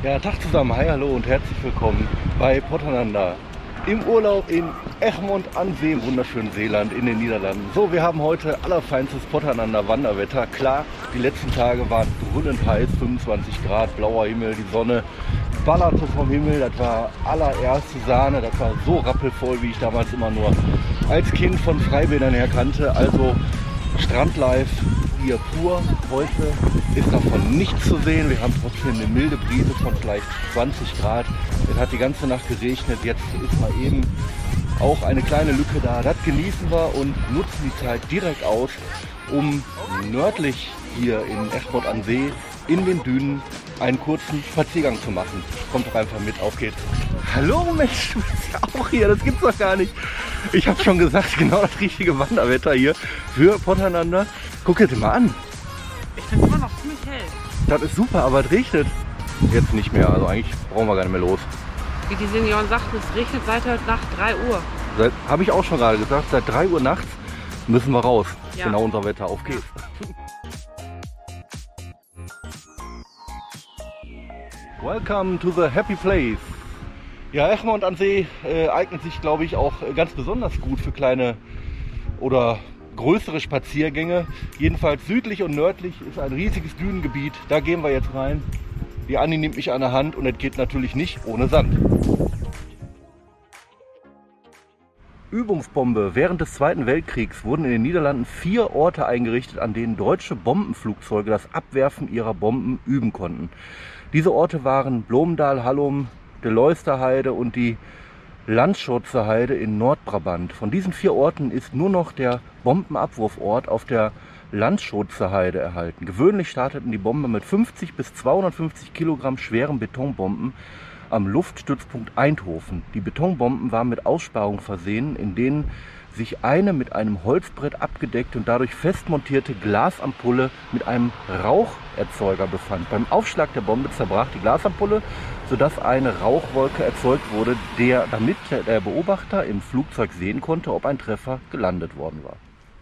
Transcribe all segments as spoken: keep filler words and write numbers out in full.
Ja, Tag zusammen, hi, hallo und herzlich willkommen bei Potternander im Urlaub in Egmond an See, im wunderschönen Seeland in den Niederlanden. So, wir haben heute allerfeinstes Potternander Wanderwetter. Klar, die letzten Tage waren brüllend heiß, fünfundzwanzig Grad, blauer Himmel, die Sonne ballerte vom Himmel. Das war allererste Sahne, das war so rappelvoll, wie ich damals immer nur als Kind von Freibädern her kannte. Also Strandlife hier pur. Heute ist davon nichts zu sehen. Wir haben trotzdem eine milde Brise von vielleicht zwanzig Grad. Es hat die ganze Nacht geregnet. Jetzt ist mal eben auch eine kleine Lücke da. Das genießen wir und nutzen die Zeit direkt aus, um nördlich hier in Egmond an See in den Dünen einen kurzen Spaziergang zu machen. Kommt doch einfach mit, auf geht's. Hallo Mensch, du bist ja auch hier, das gibt's doch gar nicht. Ich habe schon gesagt, genau das richtige Wanderwetter hier für Potternander. Guck dir das mal an. Ich finde es immer noch ziemlich hell. Das ist super, aber es regnet jetzt nicht mehr. Also eigentlich brauchen wir gar nicht mehr los. Wie die Senioren sagten, es regnet seit heute Nacht drei Uhr. Habe ich auch schon gerade gesagt, seit drei Uhr nachts müssen wir raus. Ja. Genau unser Wetter, auf geht's. Welcome to the happy place. Ja, Egmond an See äh, eignet sich, glaube ich, auch äh, ganz besonders gut für kleine oder größere Spaziergänge. Jedenfalls südlich und nördlich ist ein riesiges Dünengebiet. Da gehen wir jetzt rein. Die Anni nimmt mich an der Hand und es geht natürlich nicht ohne Sand. Übungsbombe. Während des Zweiten Weltkriegs wurden in den Niederlanden vier Orte eingerichtet, an denen deutsche Bombenflugzeuge das Abwerfen ihrer Bomben üben konnten. Diese Orte waren Bloemendaal, Hallum, de Loisterheide und die Landschotse Heide in Nordbrabant. Von diesen vier Orten ist nur noch der Bombenabwurfort auf der Landschotse Heide erhalten. Gewöhnlich starteten die Bomber mit fünfzig bis zweihundertfünfzig Kilogramm schweren Betonbomben am Luftstützpunkt Eindhoven. Die Betonbomben waren mit Aussparungen versehen, in denen sich eine mit einem Holzbrett abgedeckte und dadurch fest montierte Glasampulle mit einem Raucherzeuger befand. Beim Aufschlag der Bombe zerbrach die Glasampulle, sodass eine Rauchwolke erzeugt wurde, der, damit der Beobachter im Flugzeug sehen konnte, ob ein Treffer gelandet worden war.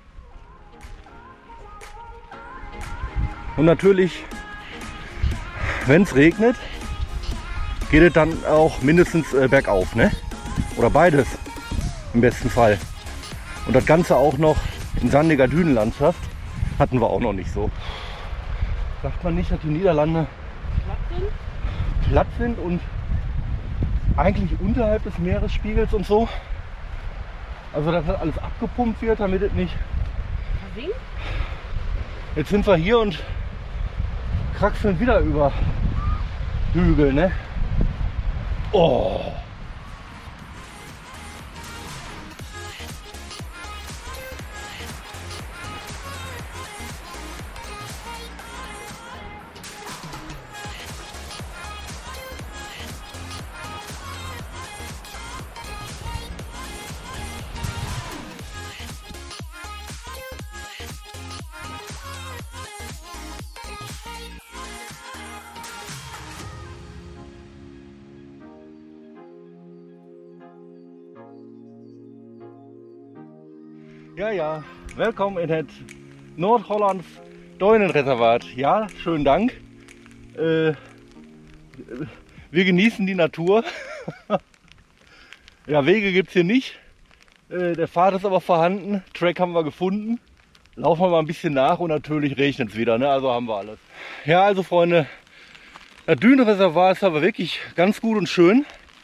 Und natürlich, wenn es regnet, geht es dann auch mindestens äh, bergauf, ne? Oder beides im besten Fall. Und das Ganze auch noch in sandiger Dünenlandschaft hatten wir auch noch nicht so. Sagt man nicht, dass die Niederlande platt sind und eigentlich unterhalb des Meeresspiegels und so? Also dass das alles abgepumpt wird, damit es nicht... Versinkt? Jetzt sind wir hier und kraxeln wieder über Hügel, ne? Oh! Ja, ja, willkommen in het Nordhollands Duinenreservat. Ja, schönen Dank. Äh, wir genießen die Natur. Ja, Wege gibt es hier nicht. Äh, der Pfad ist aber vorhanden. Track haben wir gefunden. Laufen wir mal ein bisschen nach und natürlich regnet es wieder, ne? Also haben wir alles. Ja, also Freunde, das Dünenreservat ist aber wirklich ganz gut und schön.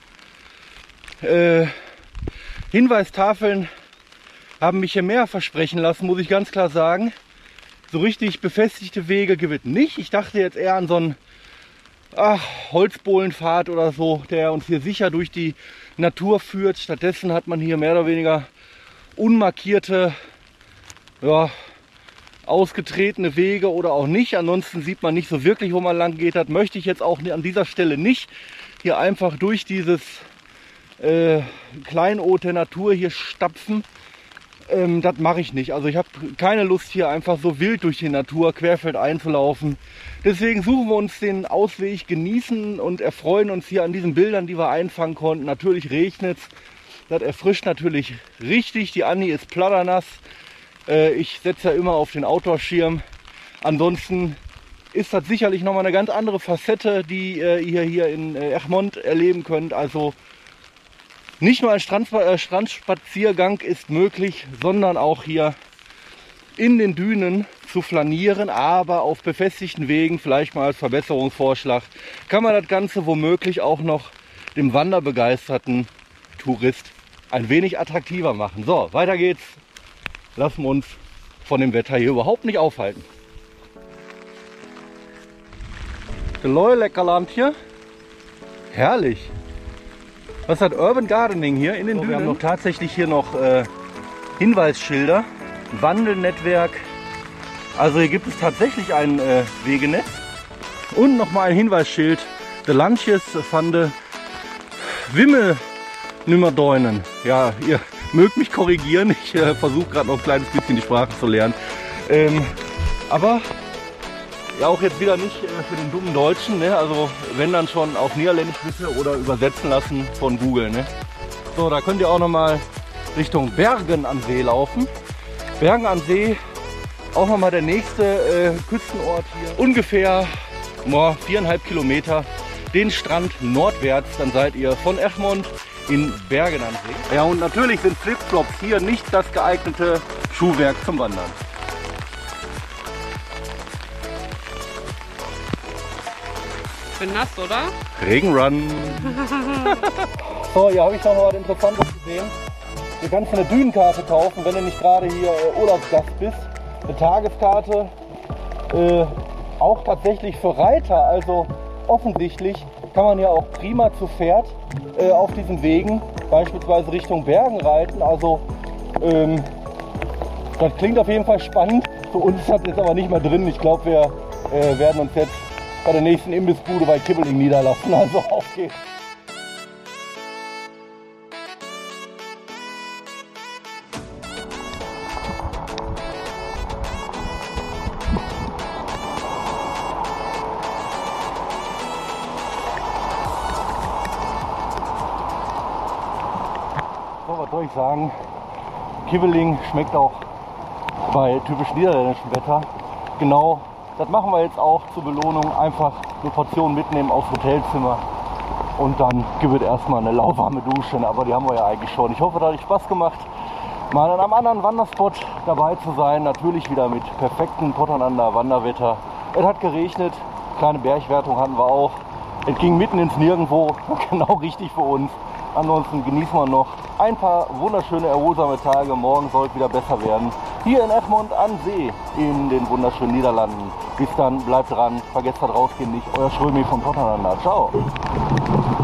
Äh, Hinweistafeln haben mich hier mehr versprechen lassen, muss ich ganz klar sagen. So richtig befestigte Wege gibt es nicht. Ich dachte jetzt eher an so einen ach, Holzbohlenpfad oder so, der uns hier sicher durch die Natur führt. Stattdessen hat man hier mehr oder weniger unmarkierte, ja, ausgetretene Wege oder auch nicht. Ansonsten sieht man nicht so wirklich, wo man lang geht. Das möchte ich jetzt auch an dieser Stelle nicht. Hier einfach durch dieses äh, Kleinod der Natur hier stapfen. Ähm, das mache ich nicht. Also ich habe keine Lust hier einfach so wild durch die Natur querfeldein zu laufen. Deswegen suchen wir uns den Ausweg, genießen und erfreuen uns hier an diesen Bildern, die wir einfangen konnten. Natürlich regnet es. Das erfrischt natürlich richtig. Die Anni ist platternass. Äh, ich setze ja immer auf den Outdoor-Schirm. Ansonsten ist das sicherlich nochmal eine ganz andere Facette, die äh, ihr hier in äh, Egmond erleben könnt. Also nicht nur ein Strand, äh, Strandspaziergang ist möglich, sondern auch hier in den Dünen zu flanieren, aber auf befestigten Wegen, vielleicht mal als Verbesserungsvorschlag, kann man das Ganze womöglich auch noch dem wanderbegeisterten Tourist ein wenig attraktiver machen. So, weiter geht's. Lassen wir uns von dem Wetter hier überhaupt nicht aufhalten. Leckerland hier. Herrlich. Was hat Urban Gardening hier in den so, Dünen? Wir haben noch tatsächlich hier noch äh, Hinweisschilder. Wandelnetzwerk. Also hier gibt es tatsächlich ein äh, Wegenetz. Und nochmal ein Hinweisschild. De Landjes van de Wimmel Nummerdeinen. Ja, ihr mögt mich korrigieren. Ich äh, versuche gerade noch ein kleines bisschen die Sprache zu lernen. Ähm, aber ja, auch jetzt wieder nicht äh, für den dummen Deutschen. Ne? Also wenn dann schon auf Niederländisch bitte oder übersetzen lassen von Google. Ne? So, da könnt ihr auch nochmal Richtung Bergen an See laufen. Bergen an See, auch nochmal der nächste äh, Küstenort hier. Ungefähr boah, viereinhalb Kilometer den Strand nordwärts. Dann seid ihr von Egmond in Bergen an See. Ja, und natürlich sind Flipflops hier nicht das geeignete Schuhwerk zum Wandern. Ich bin nass, oder? Regenrun. So, hier habe ich noch mal was Interessantes gesehen. Du kannst eine Dünenkarte kaufen, wenn du nicht gerade hier äh, Urlaubsgast bist. Eine Tageskarte, äh, auch tatsächlich für Reiter. Also offensichtlich kann man ja auch prima zu Pferd äh, auf diesen Wegen, beispielsweise Richtung Bergen reiten. Also ähm, das klingt auf jeden Fall spannend. Für uns ist das jetzt aber nicht mehr drin. Ich glaube, wir äh, werden uns jetzt bei der nächsten Imbissbude bei Kibbeling niederlassen. Also auf geht's. So, was soll ich sagen? Kibbeling schmeckt auch bei typisch niederländischem Wetter. Genau, das machen wir jetzt auch zur Belohnung. Einfach eine Portion mitnehmen aufs Hotelzimmer und dann gibt es erstmal eine lauwarme Dusche. Aber die haben wir ja eigentlich schon. Ich hoffe, da hat euch Spaß gemacht, mal an einem anderen Wanderspot dabei zu sein. Natürlich wieder mit perfektem Potternander Wanderwetter. Es hat geregnet, kleine Bergwertung hatten wir auch. Es ging mitten ins Nirgendwo, genau richtig für uns. Ansonsten genießen wir noch ein paar wunderschöne, erholsame Tage. Morgen soll es wieder besser werden. Hier in Egmond an See in den wunderschönen Niederlanden. Bis dann, bleibt dran, vergesst das Rausgehen nicht. Euer Schrömi von Potternander. Ciao.